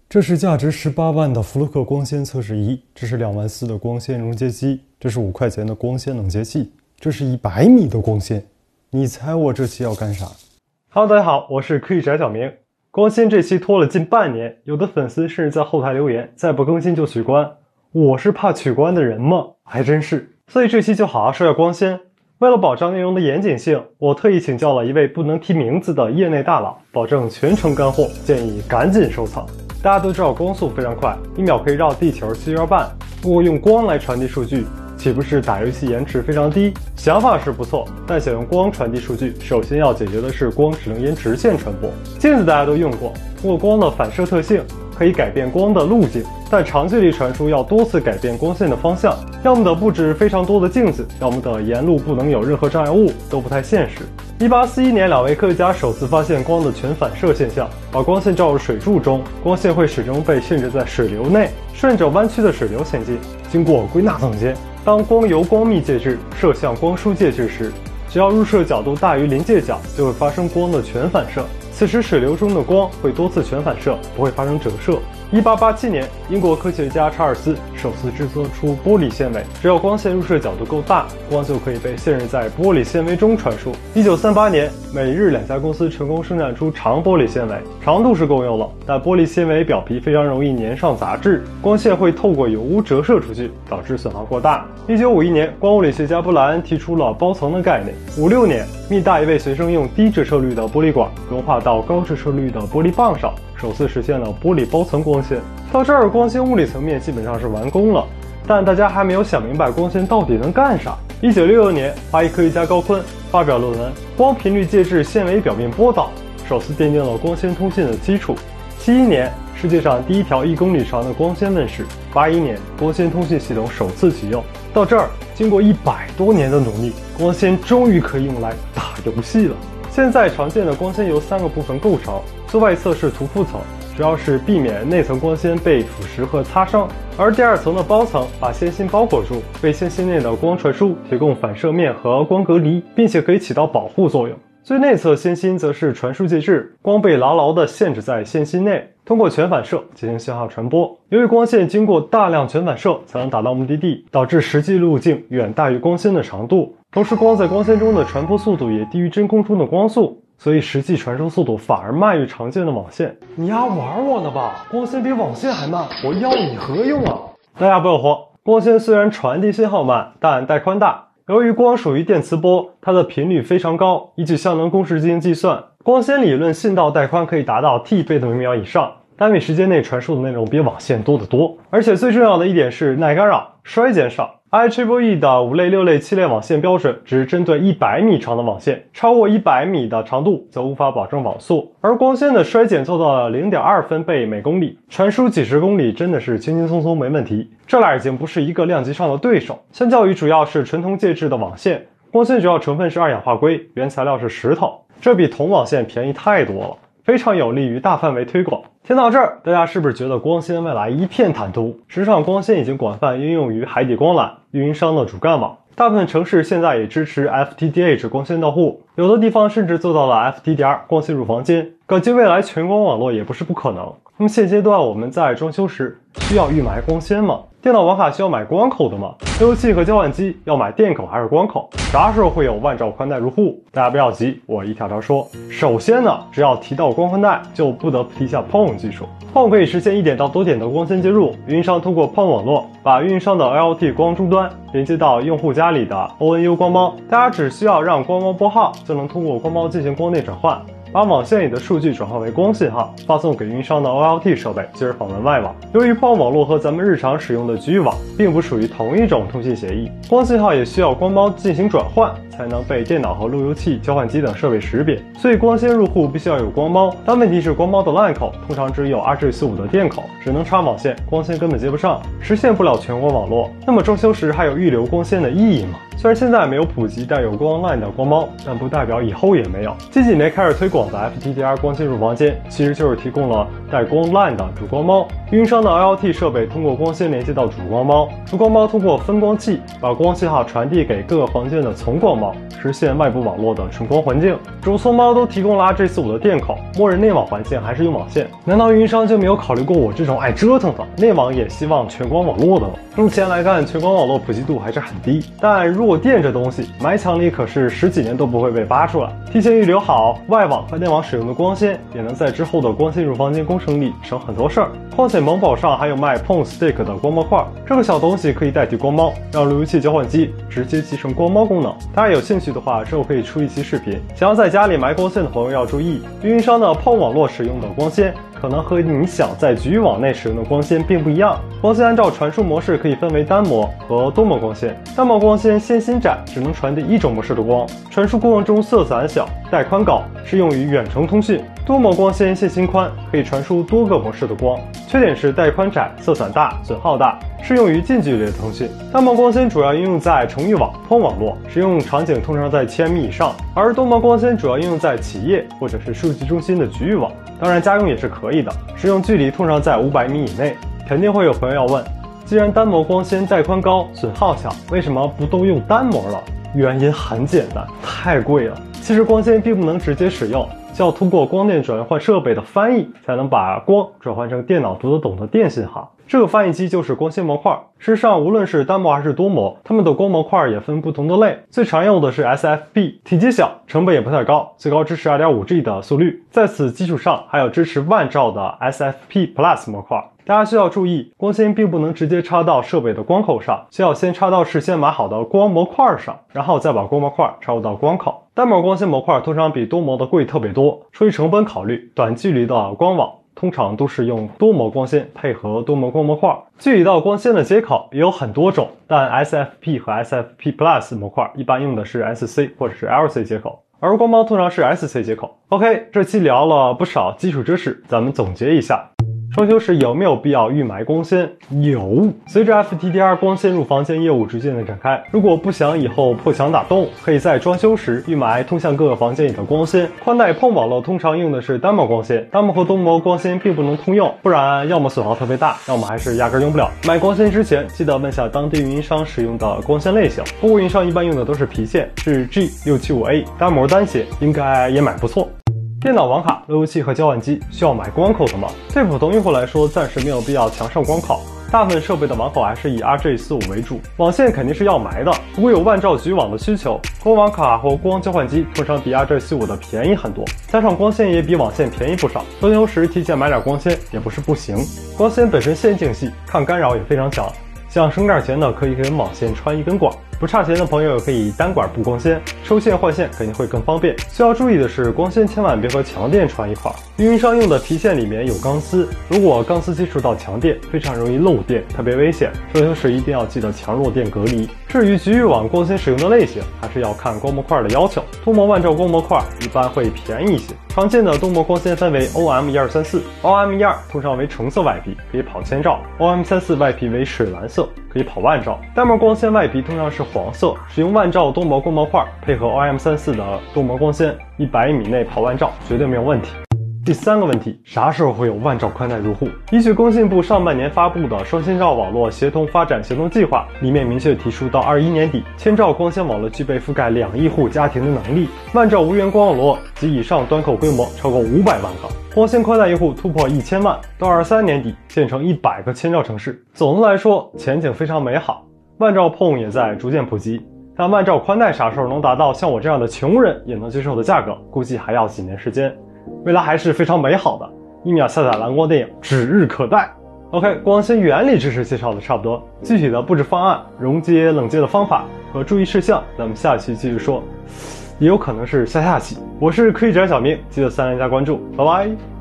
这是价值18万的福禄克光纤测试仪，这是2万4的光纤溶解机，这是5块钱的光纤冷结器，这是100米的光纤。你猜我这期要干啥？ Hello， 大家好，我是科技宅小明。光纤这期拖了近半年，有的粉丝甚至在后台留言，再不更新就取关。我是怕取关的人吗？还真是。所以这期就好好说下光纤。为了保障内容的严谨性，我特意请教了一位不能提名字的业内大佬，保证全程干货，建议赶紧收藏。大家都知道光速非常快，1秒可以绕地球7圈半。不过用光来传递数据，岂不是打游戏延迟非常低？想法是不错，但想用光传递数据，首先要解决的是光只能沿直线传播。镜子大家都用过，通过光的反射特性可以改变光的路径，但长距离传输要多次改变光线的方向，要么的布置非常多的镜子，要么的沿路不能有任何障碍物，都不太现实。1841年，两位科学家首次发现光的全反射现象，把光线照入水柱中，光线会始终被限制在水流内，顺着弯曲的水流前进。经过归纳总结，当光由光密介质射向光疏介质时，只要入射角度大于临界角，就会发生光的全反射。此时水流中的光会多次全反射，不会发生折射。1887年，英国科学家查尔斯首次制作出玻璃纤维，只要光线入射角度够大，光就可以被限制在玻璃纤维中传输。1938年，美日2家公司成功生产出长玻璃纤维，长度是够用了，但玻璃纤维表皮非常容易粘上杂质，光线会透过有污折射出去，导致损耗过大。1951年，光物理学家布莱恩提出了包层的概念。56年，密大一位学生用低折射率的玻璃管融化到高折射率的玻璃棒上，首次实现了玻璃包层光纤。到这儿，光纤物理层面基本上是完工了，但大家还没有想明白光纤到底能干啥。1966年，巴黎科学家高锟发表论文《光频率介质纤维表面波导》，首次奠定了光纤通信的基础。71年，世界上第一条1公里长的光纤问世。81年，光纤通信系统首次启用。到这儿，经过100多年的努力，光纤终于可以用来打游戏了。现在常见的光纤由3个部分构成，最外侧是涂覆层，主要是避免内层光纤被腐蚀和擦伤，而第2层的包层把纤芯包裹住，为纤芯内的光传输提供反射面和光隔离，并且可以起到保护作用。最内侧纤芯则是传输介质，光被牢牢地限制在纤芯内，通过全反射进行信号传播。由于光线经过大量全反射才能达到目的地，导致实际路径远大于光纤的长度，同时光在光纤中的传播速度也低于真空中的光速，所以实际传输速度反而慢于常见的网线。你丫玩我呢吧？光纤比网线还慢，我要你何用啊？大家不要慌，光纤虽然传递信号慢，但带宽大。由于光属于电磁波，它的频率非常高，依据相能公式进行计算，光纤理论信道带宽可以达到 T 倍的每秒以上，单位时间内传输的内容比网线多得多。而且最重要的一点是耐干扰、衰减少。IEEE 的5类、6类、7类网线标准只是针对100米长的网线，超过100米的长度则无法保证网速。而光纤的衰减做到了 0.2分贝每公里，传输几十公里真的是轻轻松松没问题。这俩已经不是一个量级上的对手。相较于主要是纯铜介质的网线，光纤主要成分是2氧化硅，原材料是石头，这比铜网线便宜太多了，非常有利于大范围推广。听到这儿，大家是不是觉得光纤未来一片坦途？实际上，光纤已经广泛应用于海底光缆、运营商的主干网，大部分城市现在也支持 FTTH 光纤到户，有的地方甚至做到了 FTDR 光纤入房间。可及未来全光网络也不是不可能。那么现阶段我们在装修时需要预埋光纤吗？电脑网卡需要买光口的吗？路由器和交换机要买电口还是光口？啥时候会有万兆宽带入户？大家不要急，我一条条说。首先呢，只要提到光宽带，就不得不提一下 PON 技术。PON 可以实现1点到多点的光纤接入，运营商通过 PON 网络把运营商的 LLT 光终端连接到用户家里的 ONU 光猫，大家只需要让光猫拨号，就能通过光猫进行光电转换，把网线里的数据转换为光信号，发送给运营商的 OLT 设备，继而访问外网。由于 PON 网络和咱们日常使用的局域网并不属于同一种通信协议，光信号也需要光猫进行转换，才能被电脑和路由器、交换机等设备识别。所以光纤入户必须要有光猫，但问题是光猫的 LAN 口通常只有 RJ45 的电口，只能插网线，光纤根本接不上，实现不了全国网络。那么装修时还有预留光纤的意义吗？ 虽然现在没有普及带有光 LAN 的光猫，但不代表以后也没有。近几年开始推广的 FTTR 光纤入房间，其实就是提供了带光 LAN 的主光猫。运营商的 IoT 设备通过光纤连接到主光猫，主光猫通过分光器把光信号传递给各个房间的从光猫，实现外部网络的纯光环境。主从猫都提供了 RJ45的电口，默认内网环境还是用网线。难道运营商就没有考虑过我这种爱折腾的内网也希望全光网络的吗？目前来看，全光网络普及度还是很低，但弱电这东西埋墙里可是10几年都不会被扒出来。提前预留好外网和内网使用的光纤，也能在之后的光纤入房间工程里省很多事儿。况且萌宝上还有卖 PON Stick 的光猫块，这个小东西可以代替光猫，让路由器交换机直接集成光猫功能。大家有兴趣的话，之后可以出一期视频。想要在家里埋光纤的朋友要注意，运营商的 PON 网络使用的光纤可能和你想在局域网内使用的光纤并不一样。光纤按照传输模式可以分为单模和多模光纤。单模光纤线芯窄，只能传递一种模式的光，传输过程中色散小，带宽高，适用于远程通讯。多模光纤线芯宽，可以传输多个模式的光，缺点是带宽窄、色散大、损耗大，适用于近距离的通讯。单模光纤主要应用在城域网、PON 网络，使用场景通常在1000米以上，而多模光纤主要应用在企业或者是数据中心的局域网，当然家用也是可以的，使用距离通常在500米以内。肯定会有朋友要问，既然单模光纤带宽高、损耗小，为什么不都用单模了？原因很简单，太贵了。其实光纤并不能直接使用，就要通过光电转换设备的翻译，才能把光转换成电脑读得懂的电信号。这个翻译机就是光纤模块。事实上，无论是单模还是多模，它们的光模块也分不同的类。最常用的是 SFP， 体积小，成本也不太高，最高支持 2.5G 的速率。在此基础上，还有支持万兆的 SFP Plus 模块。大家需要注意，光纤并不能直接插到设备的光口上，需要先插到事先码好的光模块上，然后再把光模块插入到光口。单模光纤模块通常比多模的贵特别多，出于成本考虑，短距离的光网通常都是用多模光纤配合多模光模块。距离到光纤的接口也有很多种，但 SFP 和 SFP Plus 模块一般用的是 SC 或者是 LC 接口，而光猫通常是 SC 接口。OK， 这期聊了不少基础知识，咱们总结一下。装修时有没有必要预埋光纤？有。随着 FTTR 光纤入房间业务逐渐的展开，如果不想以后破墙打洞，可以在装修时预埋通向各个房间里的光纤。宽带PON网络通常用的是单模光纤，单模和多模光纤并不能通用，不然要么损耗特别大，要么还是压根用不了。买光纤之前，记得问下当地运营商使用的光纤类型。不过运营商一般用的都是皮线，是 G675A 单模单线，应该也买不错。电脑网卡、路由器和交换机需要买光口的吗？对普通用户来说，暂时没有必要强上光口。大部分设备的网口还是以 RJ45 为主，网线肯定是要埋的。如果有万兆局网的需求，光网卡或光交换机通常比 RJ45 的便宜很多，加上光线也比网线便宜不少。装修时提前买点光纤也不是不行。光纤本身线性细，抗干扰也非常强，想省点钱的可以给网线穿一根管。不差钱的朋友可以单管布光纤，收线换线肯定会更方便。需要注意的是，光纤千万别和强电串一块。运营商用的皮线里面有钢丝，如果钢丝接触到强电，非常容易漏电，特别危险。装修时一定要记得强弱电隔离。至于局域网光纤使用的类型，还是要看光模块的要求。多模万兆光模块一般会便宜一些。常见的多模光纤分为 OM1234，OM12 通常为橙色外皮，可以跑1000兆 ，OM34 外皮为水蓝色，可以跑万兆。单模光纤外皮通常是黄色，使用万兆多模光模块配合 OM34 的多模光纤，100米内跑万兆绝对没有问题。第3个问题，啥时候会有万兆宽带入户？依据工信部上半年发布的双千兆网络协同发展行动计划，里面明确提出到21年底，1000兆光纤网络具备覆盖2亿户家庭的能力，万兆无源光网络及以上端口规模超过500万个，光纤宽带用户突破1000万，到23年底建成100个千兆城市。总的来说，前景非常美好。万兆PON也在逐渐普及，但万兆宽带啥时候能达到像我这样的穷人也能接受的价格，估计还要几年时间。未来还是非常美好的，1秒下载蓝光电影指日可待。OK， 光纤原理知识介绍的差不多，具体的布置方案、熔接、冷接的方法和注意事项，咱们下期继续说，也有可能是下期。我是科技宅小明，记得3连加关注，拜拜。